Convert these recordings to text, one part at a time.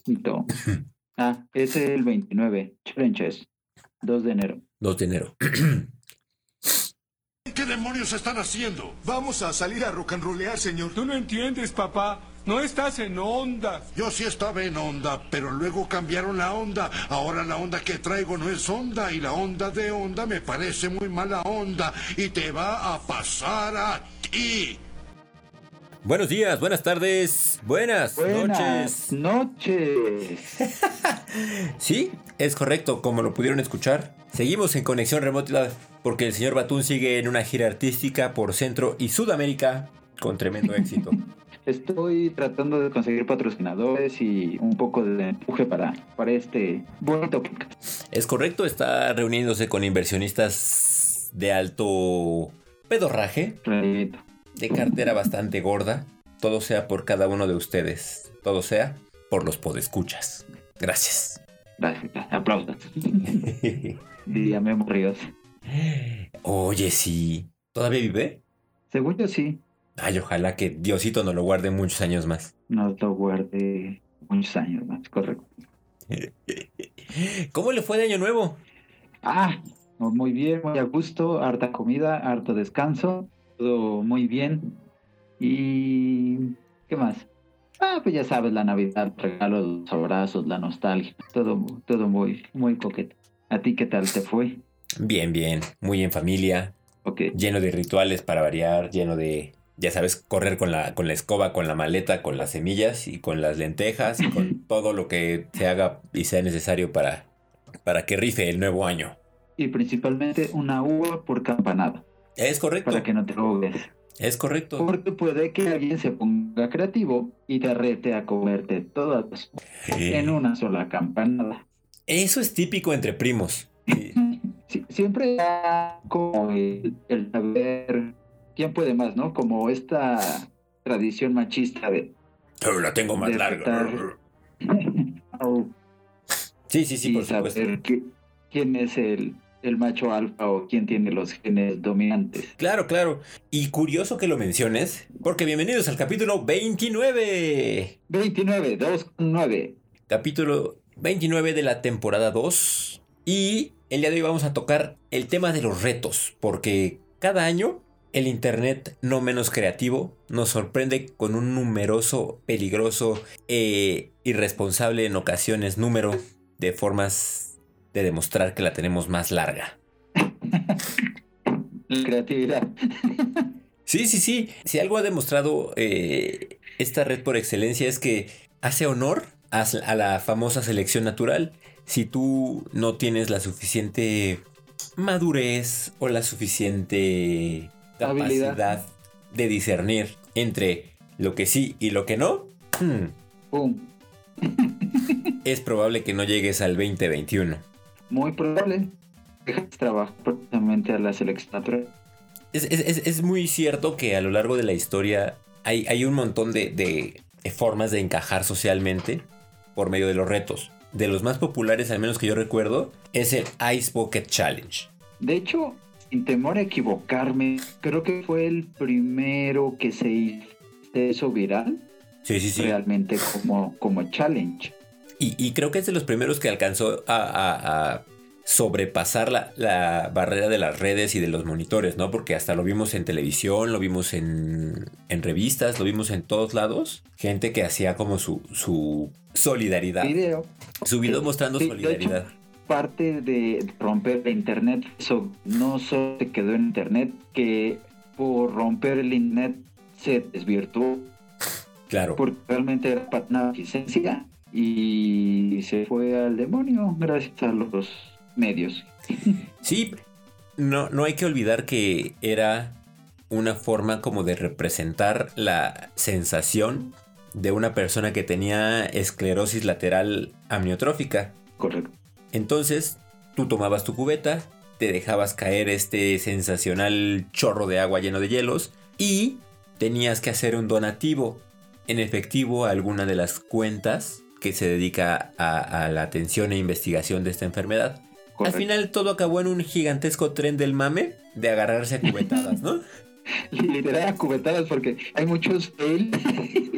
Listo. Es el 29. Challenges. 2 de enero. 2 de enero. ¿Qué demonios están haciendo? Vamos a salir a rock and rollear, señor. Tú no entiendes, papá. No estás en onda. Yo sí estaba en onda, pero luego cambiaron la onda. Ahora la onda que traigo no es onda y la onda de onda me parece muy mala onda y te va a pasar a ti. Buenos días, buenas tardes, buenas noches. Sí, es correcto, como lo pudieron escuchar. Seguimos en Conexión Remota porque el señor Batún sigue en una gira artística por Centro y Sudamérica con tremendo éxito. Estoy tratando de conseguir patrocinadores y un poco de empuje para este bonito podcast. Es correcto, está reuniéndose con inversionistas de alto pedorraje, de cartera bastante gorda. Todo sea por cada uno de ustedes. Todo sea por los podescuchas. Gracias. Gracias, aplausos. Dígame, Ríos. Oye, sí. ¿Todavía vive? Según yo, sí. Ay, ojalá que Diosito nos lo guarde muchos años más. Nos lo guarde muchos años más, correcto. ¿Cómo le fue de Año Nuevo? Muy bien, muy a gusto, harta comida, harto descanso, todo muy bien. ¿Y qué más? Pues ya sabes, la Navidad, regalos, los abrazos, la nostalgia, todo muy, muy coqueto. ¿A ti qué tal te fue? Bien, muy en familia. Okay. Lleno de rituales para variar, lleno de, ya sabes, correr con la escoba, con la maleta, con las semillas y con las lentejas y con todo lo que se haga y sea necesario para que rife el nuevo año. Y principalmente una uva por campanada. Es correcto. Para que no te ahogues. Es correcto. Porque puede que alguien se ponga creativo y te rete a comerte todas en una sola campanada. Eso es típico entre primos. Sí, siempre hay como el saber quién puede más, ¿no? Como esta tradición machista de... Pero la tengo más larga. Sí, por supuesto. Saber quién es el macho alfa o quién tiene los genes dominantes. Claro. Y curioso que lo menciones, porque bienvenidos al capítulo 29. 29. Capítulo 29 de la temporada 2. Y el día de hoy vamos a tocar el tema de los retos, porque cada año el internet no menos creativo nos sorprende con un numeroso, peligroso irresponsable en ocasiones número de formas de demostrar que la tenemos más larga. La creatividad. Sí. Si algo ha demostrado esta red por excelencia es que hace honor a la famosa selección natural. Si tú no tienes la suficiente madurez o la suficiente capacidad de discernir entre lo que sí y lo que no, es probable que no llegues al 2021. Muy probable. Dejas trabajo precisamente a la selección natural. Es muy cierto que a lo largo de la historia hay un montón de formas de encajar socialmente por medio de los retos. De los más populares, al menos que yo recuerdo, es el Ice Bucket Challenge. De hecho, sin temor a equivocarme, creo que fue el primero que se hizo viral. Sí. Realmente como challenge. Y creo que es de los primeros que alcanzó a sobrepasar la barrera de las redes y de los monitores, ¿no? Porque hasta lo vimos en televisión, lo vimos en revistas, lo vimos en todos lados. Gente que hacía como su solidaridad. Su video mostrando solidaridad. De hecho, parte de romper el internet, eso no solo se quedó en internet, que por romper el internet se desvirtuó. Claro. Porque realmente era para una eficiencia y se fue al demonio gracias a los medios. Sí, no hay que olvidar que era una forma como de representar la sensación de una persona que tenía esclerosis lateral amniotrófica. Correcto. Entonces, tú tomabas tu cubeta, te dejabas caer este sensacional chorro de agua lleno de hielos y tenías que hacer un donativo en efectivo a alguna de las cuentas que se dedica a la atención e investigación de esta enfermedad. Correcto. Al final todo acabó en un gigantesco tren del mame de agarrarse a cubetadas, ¿no? Literal a cubetadas porque hay muchos fail.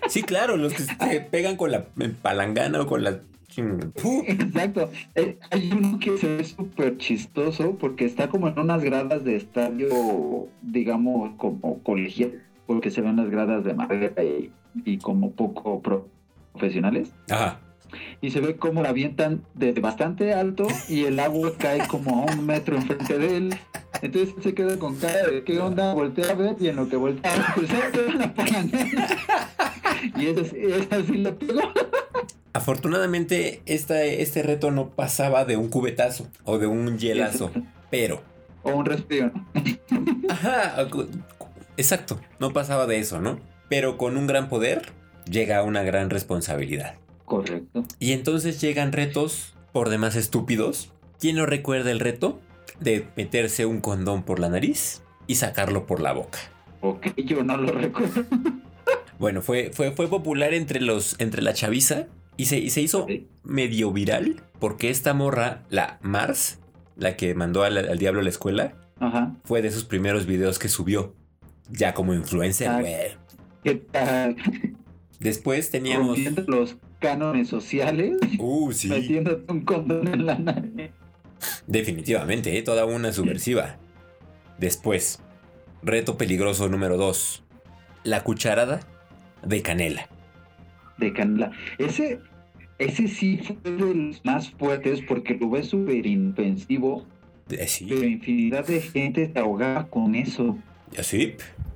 Sí, claro, los que se pegan con la palangana o con la... Exacto. Hay uno que se ve súper chistoso porque está como en unas gradas de estadio, digamos, como colegial, porque se ven las gradas de madera y como poco profesionales. Ajá. Y se ve como la avientan desde bastante alto y el agua cae como a 1 metro enfrente de él. Entonces se queda con cara de ¿qué onda? Voltea a ver y en lo que voltea pues la palangana. Y esa sí la pegó. Afortunadamente, este reto no pasaba de un cubetazo o de un hielazo, pero... O un respiro. Ajá, exacto, no pasaba de eso, ¿no? Pero con un gran poder llega una gran responsabilidad. Correcto. Y entonces llegan retos por demás estúpidos. ¿Quién no recuerda el reto de meterse un condón por la nariz y sacarlo por la boca? Ok, yo no lo recuerdo. Bueno, fue popular entre la chaviza y se hizo medio viral porque esta morra, la Mars, la que mandó al diablo a la escuela, ajá, fue de sus primeros videos que subió, ya como influencer, güey. ¿Qué tal? Después teníamos... Rompiendo los cánones sociales. Sí. Metiéndote un condón en la nariz. Definitivamente, toda una subversiva. Después, reto peligroso número 2. La cucharada de canela. De canela. Ese sí fue de los más fuertes porque lo ves súper inofensivo. Sí. Pero infinidad de gente se ahogaba con eso. Sí.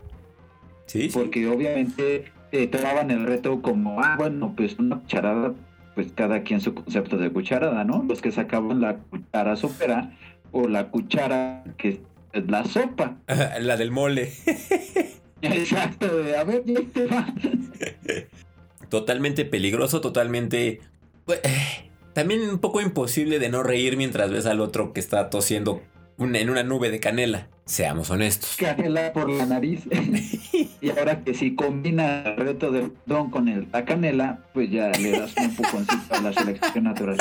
Sí. Porque obviamente te daban el reto como, bueno, pues una cucharada, pues cada quien su concepto de cucharada, ¿no? Los que sacaban la cuchara sopera o la cuchara que es la sopa. La del mole. Exacto, a ver, ya te va. Totalmente peligroso, totalmente... también un poco imposible de no reír mientras ves al otro que está tosiendo en una nube de canela. Seamos honestos. Canela por la nariz. Y ahora que si combina el reto del don con la canela, pues ya le das un empujoncito a la selección natural.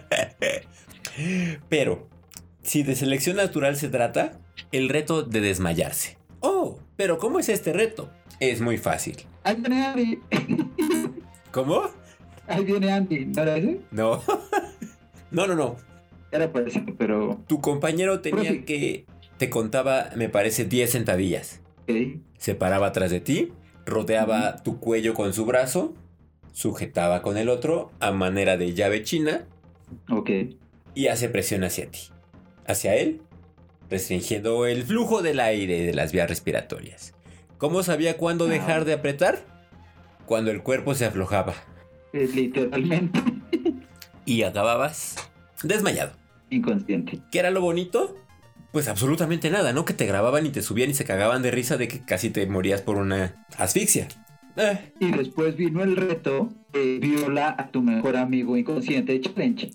Pero, si de selección natural se trata, el reto de desmayarse. Pero ¿cómo es este reto? Es muy fácil. Ahí viene Andy. ¿Cómo? Ahí viene Andy, ¿no era ese? No. No. Era parecido, pero... Tu compañero tenía que... Te contaba, me parece, 10 sentadillas. Okay. Se paraba atrás de ti, rodeaba tu cuello con su brazo, sujetaba con el otro a manera de llave china. Ok. Y hace presión hacia ti. Hacia él, restringiendo el flujo del aire de las vías respiratorias. ¿Cómo sabía cuándo dejar de apretar? Cuando el cuerpo se aflojaba. Literalmente. Y acababas desmayado. Inconsciente. ¿Qué era lo bonito? Pues absolutamente nada, ¿no? Que te grababan y te subían y se cagaban de risa de que casi te morías por una asfixia. Y después vino el reto de viola a tu mejor amigo inconsciente challenge.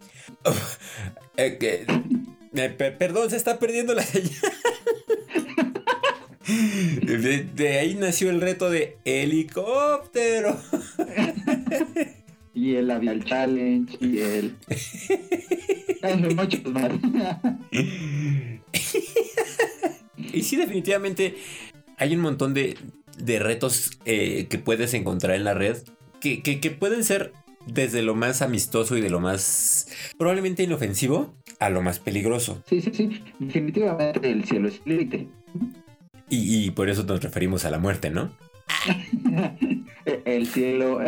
Perdón, se está perdiendo la señal. De ahí nació el reto de helicóptero. Y el labial challenge y el... Hay muchos más. Y sí, definitivamente hay un montón de retos que puedes encontrar en la red que pueden ser desde lo más amistoso y de lo más probablemente inofensivo a lo más peligroso. Sí. Definitivamente el cielo es el límite. Y por eso nos referimos a la muerte, ¿no? El cielo...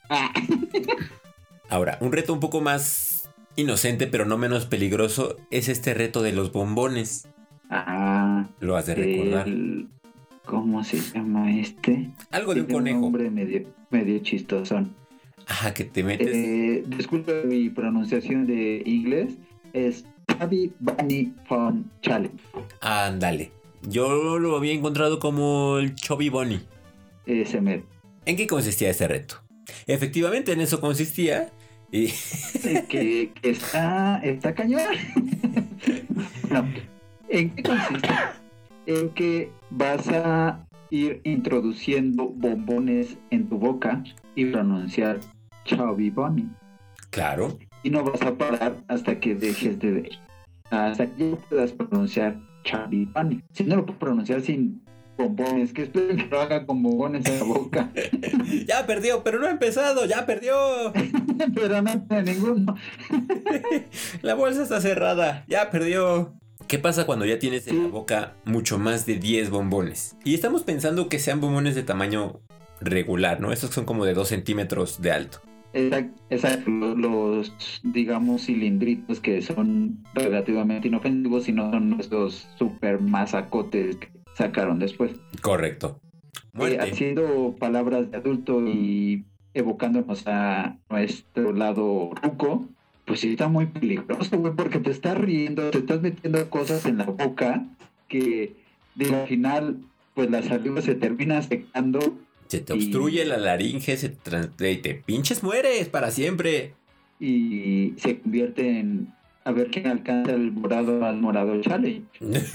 Ahora, un reto un poco más inocente pero no menos peligroso es este reto de los bombones. Lo has de recordar. ¿Cómo se llama este? Algo de un conejo. Un nombre medio chistosón. Ajá, que te metes. Disculpe mi pronunciación de inglés. Es Chubby Bunny Fun Challenge. Ándale. Yo lo había encontrado como el Chubby Bunny. Ese mero. ¿En qué consistía este reto? Efectivamente, en eso consistía. Y... que está cañón. No. ¿En qué consiste? En que vas a ir introduciendo bombones en tu boca y pronunciar Chubby Bunny. Claro. Y no vas a parar hasta que dejes de... Hasta que puedas pronunciar Chubby Bunny. Si no lo puedo pronunciar sin bombones, que esperen que lo haga con bombones en la boca. Ya perdió, pero no ha empezado, ya perdió. Pero no tiene ninguno. La bolsa está cerrada, ya perdió. ¿Qué pasa cuando ya tienes en la boca mucho más de 10 bombones? Y estamos pensando que sean bombones de tamaño regular, ¿no? Estos son como de 2 centímetros de alto. Exacto, los, digamos, cilindritos que son relativamente inofensivos y no son estos super masacotes que sacaron después. Correcto. Muerte. Haciendo palabras de adulto y evocándonos a nuestro lado ruco, pues sí está muy peligroso, güey, porque te estás riendo, te estás metiendo cosas en la boca que al final, pues la saliva se termina secando. Se te obstruye la laringe, y te pinches mueres para siempre. Y se convierte en a ver quién alcanza el morado al morado challenge.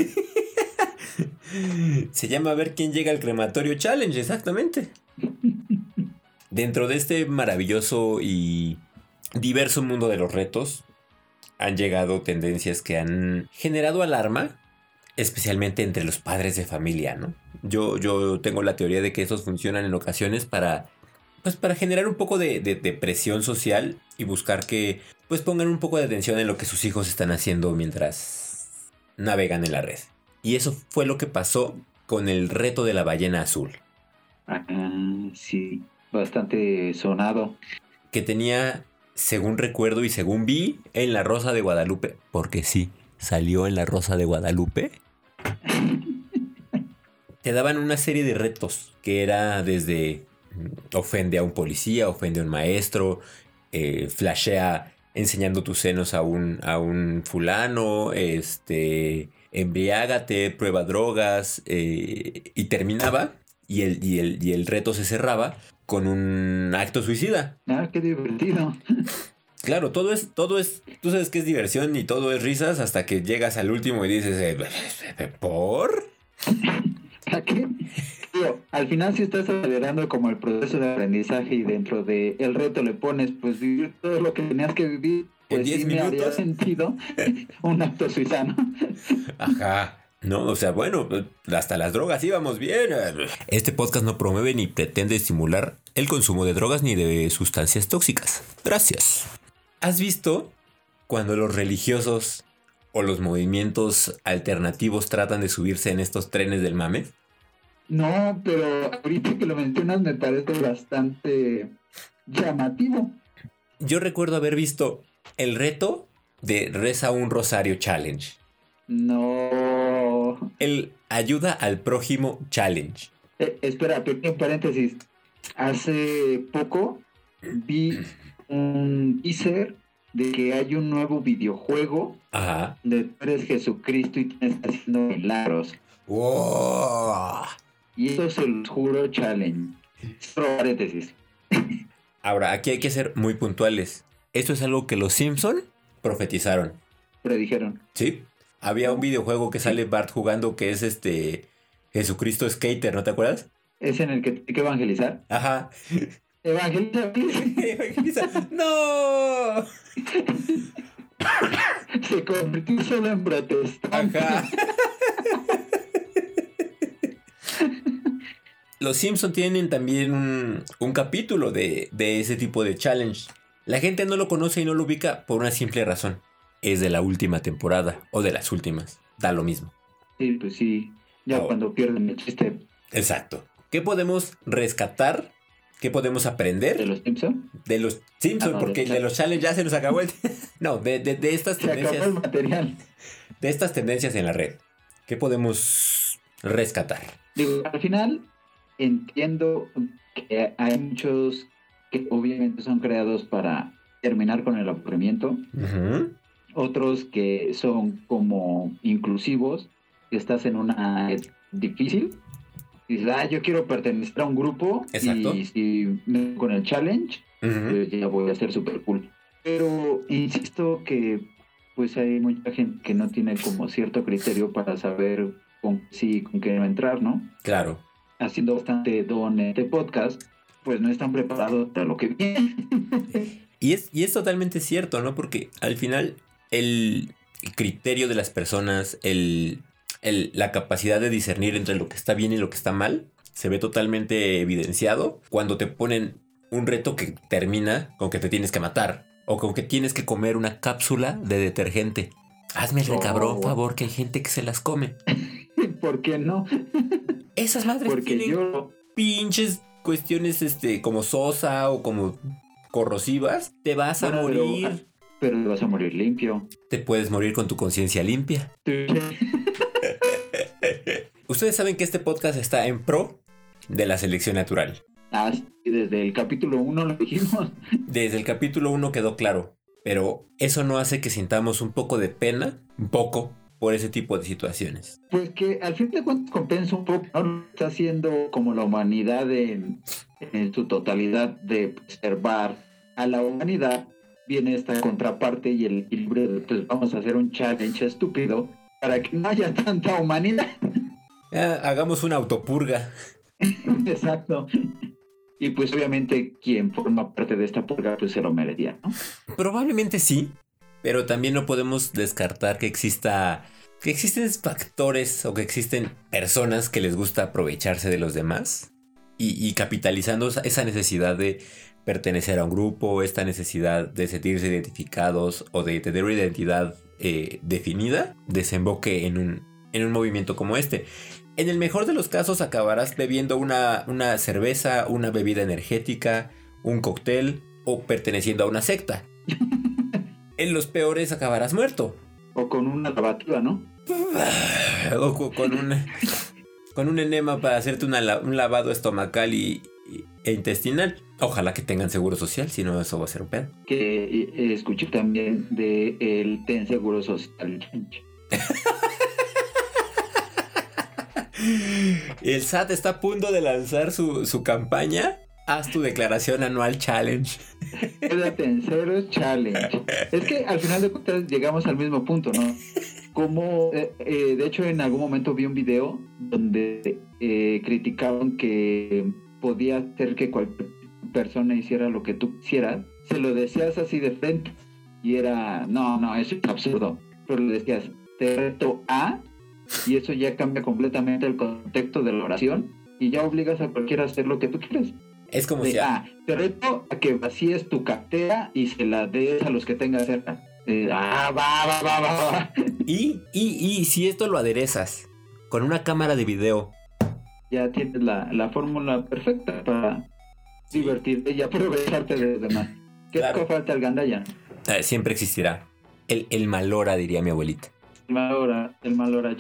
Se llama a ver quién llega al crematorio challenge, exactamente. Dentro de este maravilloso y diverso mundo de los retos, han llegado tendencias que han generado alarma, especialmente entre los padres de familia, ¿no? Yo tengo la teoría de que esos funcionan en ocasiones para generar un poco de presión social y buscar que pues pongan un poco de atención en lo que sus hijos están haciendo mientras navegan en la red. Y eso fue lo que pasó con el reto de la ballena azul. Sí, bastante sonado. Que tenía, según recuerdo y según vi, en La Rosa de Guadalupe. Porque sí, salió en La Rosa de Guadalupe. Te daban una serie de retos que era desde ofende a un policía, ofende a un maestro, flashea enseñando tus senos a un fulano, embriágate, prueba drogas, y terminaba y el reto se cerraba con un acto suicida. Ah, qué divertido. Claro, todo es, tú sabes que es diversión y todo es risas hasta que llegas al último y dices, ¿por? ¿A qué? Digo, al final si estás acelerando como el proceso de aprendizaje y dentro de el reto le pones pues vivir todo lo que tenías que vivir, pues ¿En 10 sí me haría minutos? sentido un acto suizano. Ajá. No, o sea, bueno, hasta las drogas íbamos bien. Este podcast no promueve ni pretende estimular el consumo de drogas ni de sustancias tóxicas. Gracias. ¿Has visto cuando los religiosos o los movimientos alternativos tratan de subirse en estos trenes del mame? No, pero ahorita que lo mencionas me parece bastante llamativo. Yo recuerdo haber visto el reto de Reza un Rosario Challenge. No. El Ayuda al Prójimo Challenge. Espera, pequeño paréntesis. Hace poco vi un teaser de que hay un nuevo videojuego. Ajá. De tú eres Jesucristo y tienes haciendo milagros. ¡Wow! Y eso se los juro, challenge. Solo paréntesis. Ahora, aquí hay que ser muy puntuales. Esto es algo que los Simpson profetizaron. Predijeron. ¿Sí? Había un videojuego que sale Bart jugando que es Jesucristo Skater, ¿no te acuerdas? Es en el que hay que evangelizar. Ajá. Evangeliza. Evangeliza. ¡No! Se convirtió solo en protestante. Ajá. Los Simpson tienen también un capítulo de ese tipo de challenge. La gente no lo conoce y no lo ubica por una simple razón. Es de la última temporada o de las últimas. Da lo mismo. Sí, pues sí. Ya cuando pierden el chiste. Exacto. ¿Qué podemos rescatar? ¿Qué podemos aprender? ¿De los Simpson? De los Simpson, no, porque de los challenge ya se nos acabó el... No, de estas Se acabó tendencias. el material. De estas tendencias en la red. ¿Qué podemos rescatar? Digo, al final entiendo que hay muchos que obviamente son creados para terminar con el aburrimiento. Uh-huh. Otros que son como inclusivos, que estás en una difícil. Dices, yo quiero pertenecer a un grupo. Exacto. Y si me con el challenge, Uh-huh. pues ya voy a ser súper cool. Pero insisto que pues hay mucha gente que no tiene como cierto criterio para saber con qué no entrar, ¿no? Claro. Haciendo bastante don este podcast, pues no están preparados para lo que viene. Y es totalmente cierto, ¿no? Porque al final el criterio de las personas, el la capacidad de discernir entre lo que está bien y lo que está mal se ve totalmente evidenciado cuando te ponen un reto que termina con que te tienes que matar o con que tienes que comer una cápsula de detergente. Hazme el recabrón favor, que hay gente que se las come. ¿Por qué no? Esas madres Porque tienen pinches cuestiones como sosa o como corrosivas. Te vas a morir. Pero te vas a morir limpio. Te puedes morir con tu conciencia limpia. Ustedes saben que este podcast está en pro de la selección natural. Ah, sí, desde el capítulo 1 lo dijimos. Desde el capítulo 1 quedó claro. Pero eso no hace que sintamos un poco de pena, por ese tipo de situaciones. Pues que al fin de cuentas compensa un poco, ¿no? Está haciendo como la humanidad en su totalidad de preservar a la humanidad. Viene esta contraparte y el equilibrio de, pues vamos a hacer un challenge estúpido para que no haya tanta humanidad. Hagamos una autopurga. Exacto. Y pues obviamente quien forma parte de esta purga pues se lo merecía, ¿no? Probablemente sí, pero también no podemos descartar que existen factores o que existen personas que les gusta aprovecharse de los demás y capitalizando esa necesidad de pertenecer a un grupo, esta necesidad de sentirse identificados o de tener una identidad definida, desemboque en un movimiento como este. En el mejor de los casos acabarás bebiendo una cerveza, una bebida energética, un cóctel o perteneciendo a una secta. En los peores acabarás muerto. O con una lavativa, ¿no? O con un enema para hacerte un lavado estomacal e intestinal. Ojalá que tengan seguro social, si no eso va a ser un pedo. Que escuché también de el Ten Seguro Social. El SAT está a punto de lanzar su campaña. Haz tu declaración anual challenge. Quédate en cero challenge. Es que al final de cuentas llegamos al mismo punto, ¿no? Como, de hecho en algún momento vi un video donde criticaban que podía hacer que cualquier persona hiciera lo que tú quisieras. Se lo decías así de frente y era, no, eso es absurdo. Pero le decías, te reto a... Y eso ya cambia completamente el contexto de la oración y ya obligas a cualquiera a hacer lo que tú quieres. Es como si... te reto a que vacíes tu cartera y se la des a los que tengas cerca. Va. Y si esto lo aderezas con una cámara de video, ya tienes la fórmula perfecta para divertirte y aprovecharte de los demás. ¿Qué claro. Falta el gandalla? Siempre existirá. El malora, diría mi abuelita. El malora.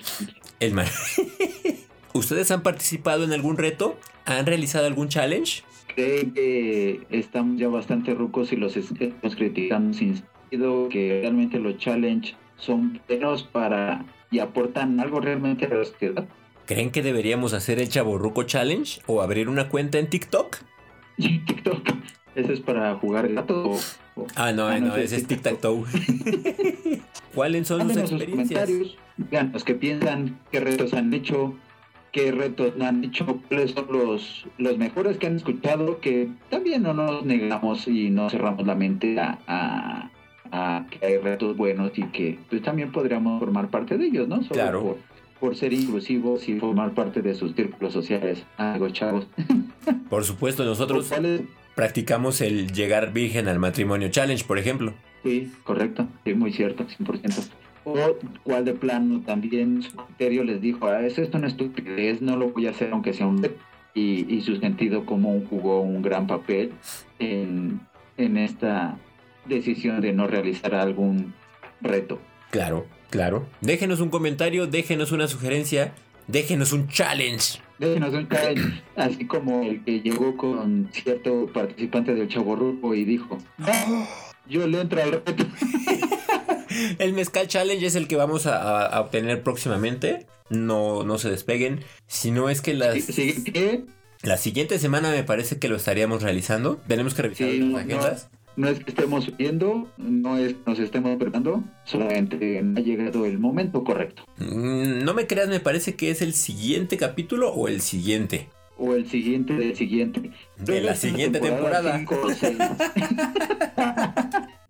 ¿Ustedes han participado en algún reto? ¿Han realizado algún challenge? Creo que estamos ya bastante rucos y los estamos criticando sin sentido, que realmente los challenges son buenos y aportan algo realmente a la sociedad. ¿Creen que deberíamos hacer el Chavorruco Challenge o abrir una cuenta en TikTok? TikTok. ¿Eso es para jugar gato? No, ese es Tic-Tac-Toe. ¿Cuáles son sus experiencias? Digan los que piensan, qué retos han hecho, qué retos han hecho, cuáles son los mejores que han escuchado, que también no nos negamos y no cerramos la mente a que hay retos buenos y que pues también podríamos formar parte de ellos, ¿no? Solo claro. Por ser inclusivos y formar parte de sus círculos sociales. Algo, chavos. Por supuesto, nosotros practicamos el llegar virgen al matrimonio challenge, por ejemplo. Sí, correcto. Sí, muy cierto, 100%. O cuál de plano también su criterio les dijo, esto es una estupidez, no lo voy a hacer aunque sea un reto. Y su sentido común jugó un gran papel en esta decisión de no realizar algún reto. Claro. Déjenos un comentario, déjenos una sugerencia, déjenos un challenge. Así como el que llegó con cierto participante del Chavorruco y dijo, yo le entro al reto. El Mezcal Challenge es el que vamos a obtener próximamente. No se despeguen. Si no es que la siguiente semana me parece que lo estaríamos realizando. Tenemos que revisar las agendas. No es que estemos viendo, no es que nos estemos preparando, solamente ha llegado el momento correcto. No me creas, me parece que es el siguiente capítulo o el siguiente. O el siguiente del siguiente. De la siguiente temporada. 5 o 6.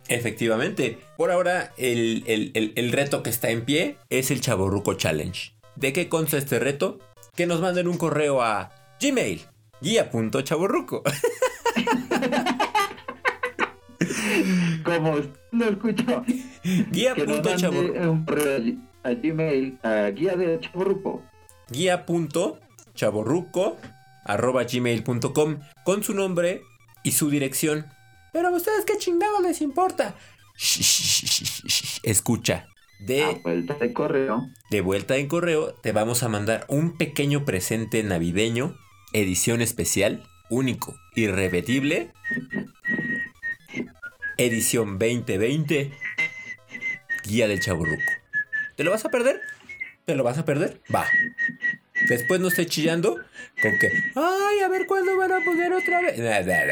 Efectivamente. Por ahora, el reto que está en pie es el Chavorruco Challenge. ¿De qué consta este reto? Que nos manden un correo a Gmail, guía.chavorruco. Como lo escucho. Que nos mande un correo a Gmail, a guía del chavorruco. Guía.chavorruco@gmail.com con su nombre y su dirección. Pero a ustedes qué chingados les importa. Escucha. De vuelta de correo. De vuelta en correo te vamos a mandar un pequeño presente navideño, edición especial, único, irrepetible. Edición 2020, Guía del Chavorruco. ¿Te lo vas a perder? ¿Te lo vas a perder? Va. Después no esté chillando con que, ay, a ver cuándo van a poner otra vez.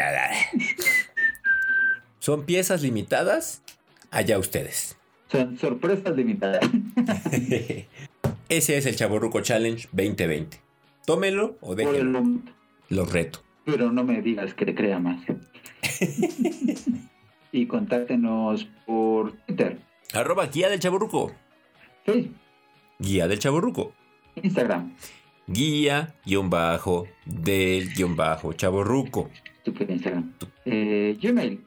Son piezas limitadas, allá ustedes. Son sorpresas limitadas. Ese es el Chavorruco Challenge 2020. Tómenlo o déjenlo. Los reto. Pero no me digas que te crea más. Y contáctenos por Twitter. @Guía del Chavorruco. Facebook. Guía del Chavorruco. Instagram. Guía-del-Chavorruco. Estúpido Instagram. Gmail.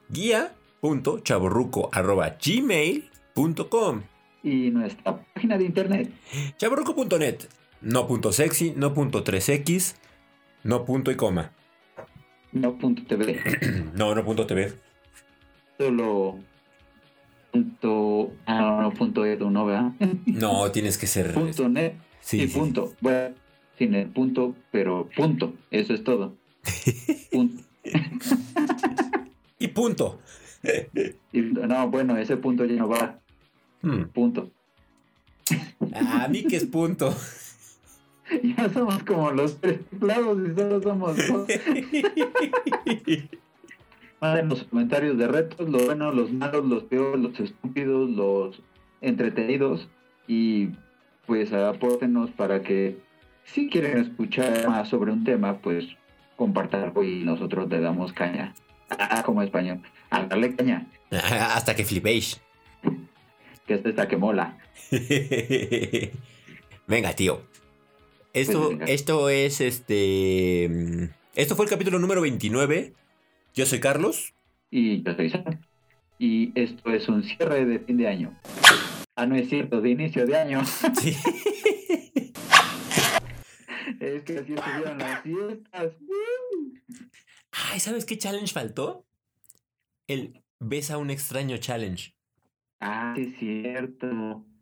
Guía.chavorruco@gmail.com. Y nuestra página de internet. Chavorruco.net. No punto sexy, no punto 3x, no punto y coma. No punto TV. No punto TV. Solo punto... no punto edu, ¿no, verdad? No, tienes que ser... Punto net. Sí, y punto. Sí. Bueno, sin el punto, pero punto. Eso es todo. Punto. Y punto. No, bueno, ese punto ya no va. Punto. A mí que es punto. Ya somos como los tres lados y solo somos dos. Manden los comentarios de retos, los buenos, los malos, los peores, los estúpidos, los entretenidos. Y pues apórtenos para que si quieren escuchar más sobre un tema, pues compartarlo y nosotros le damos caña. Como español. A darle caña. Hasta que flipéis. Que está que mola. Venga, tío. Esto es Esto fue el capítulo número 29. Yo soy Carlos. Y yo soy Sam. Y esto es un cierre de fin de año. No es cierto, de inicio de año. Sí. Es que así estuvieron las fiestas. Ay, ¿sabes qué challenge faltó? El besa a un extraño challenge. Es cierto.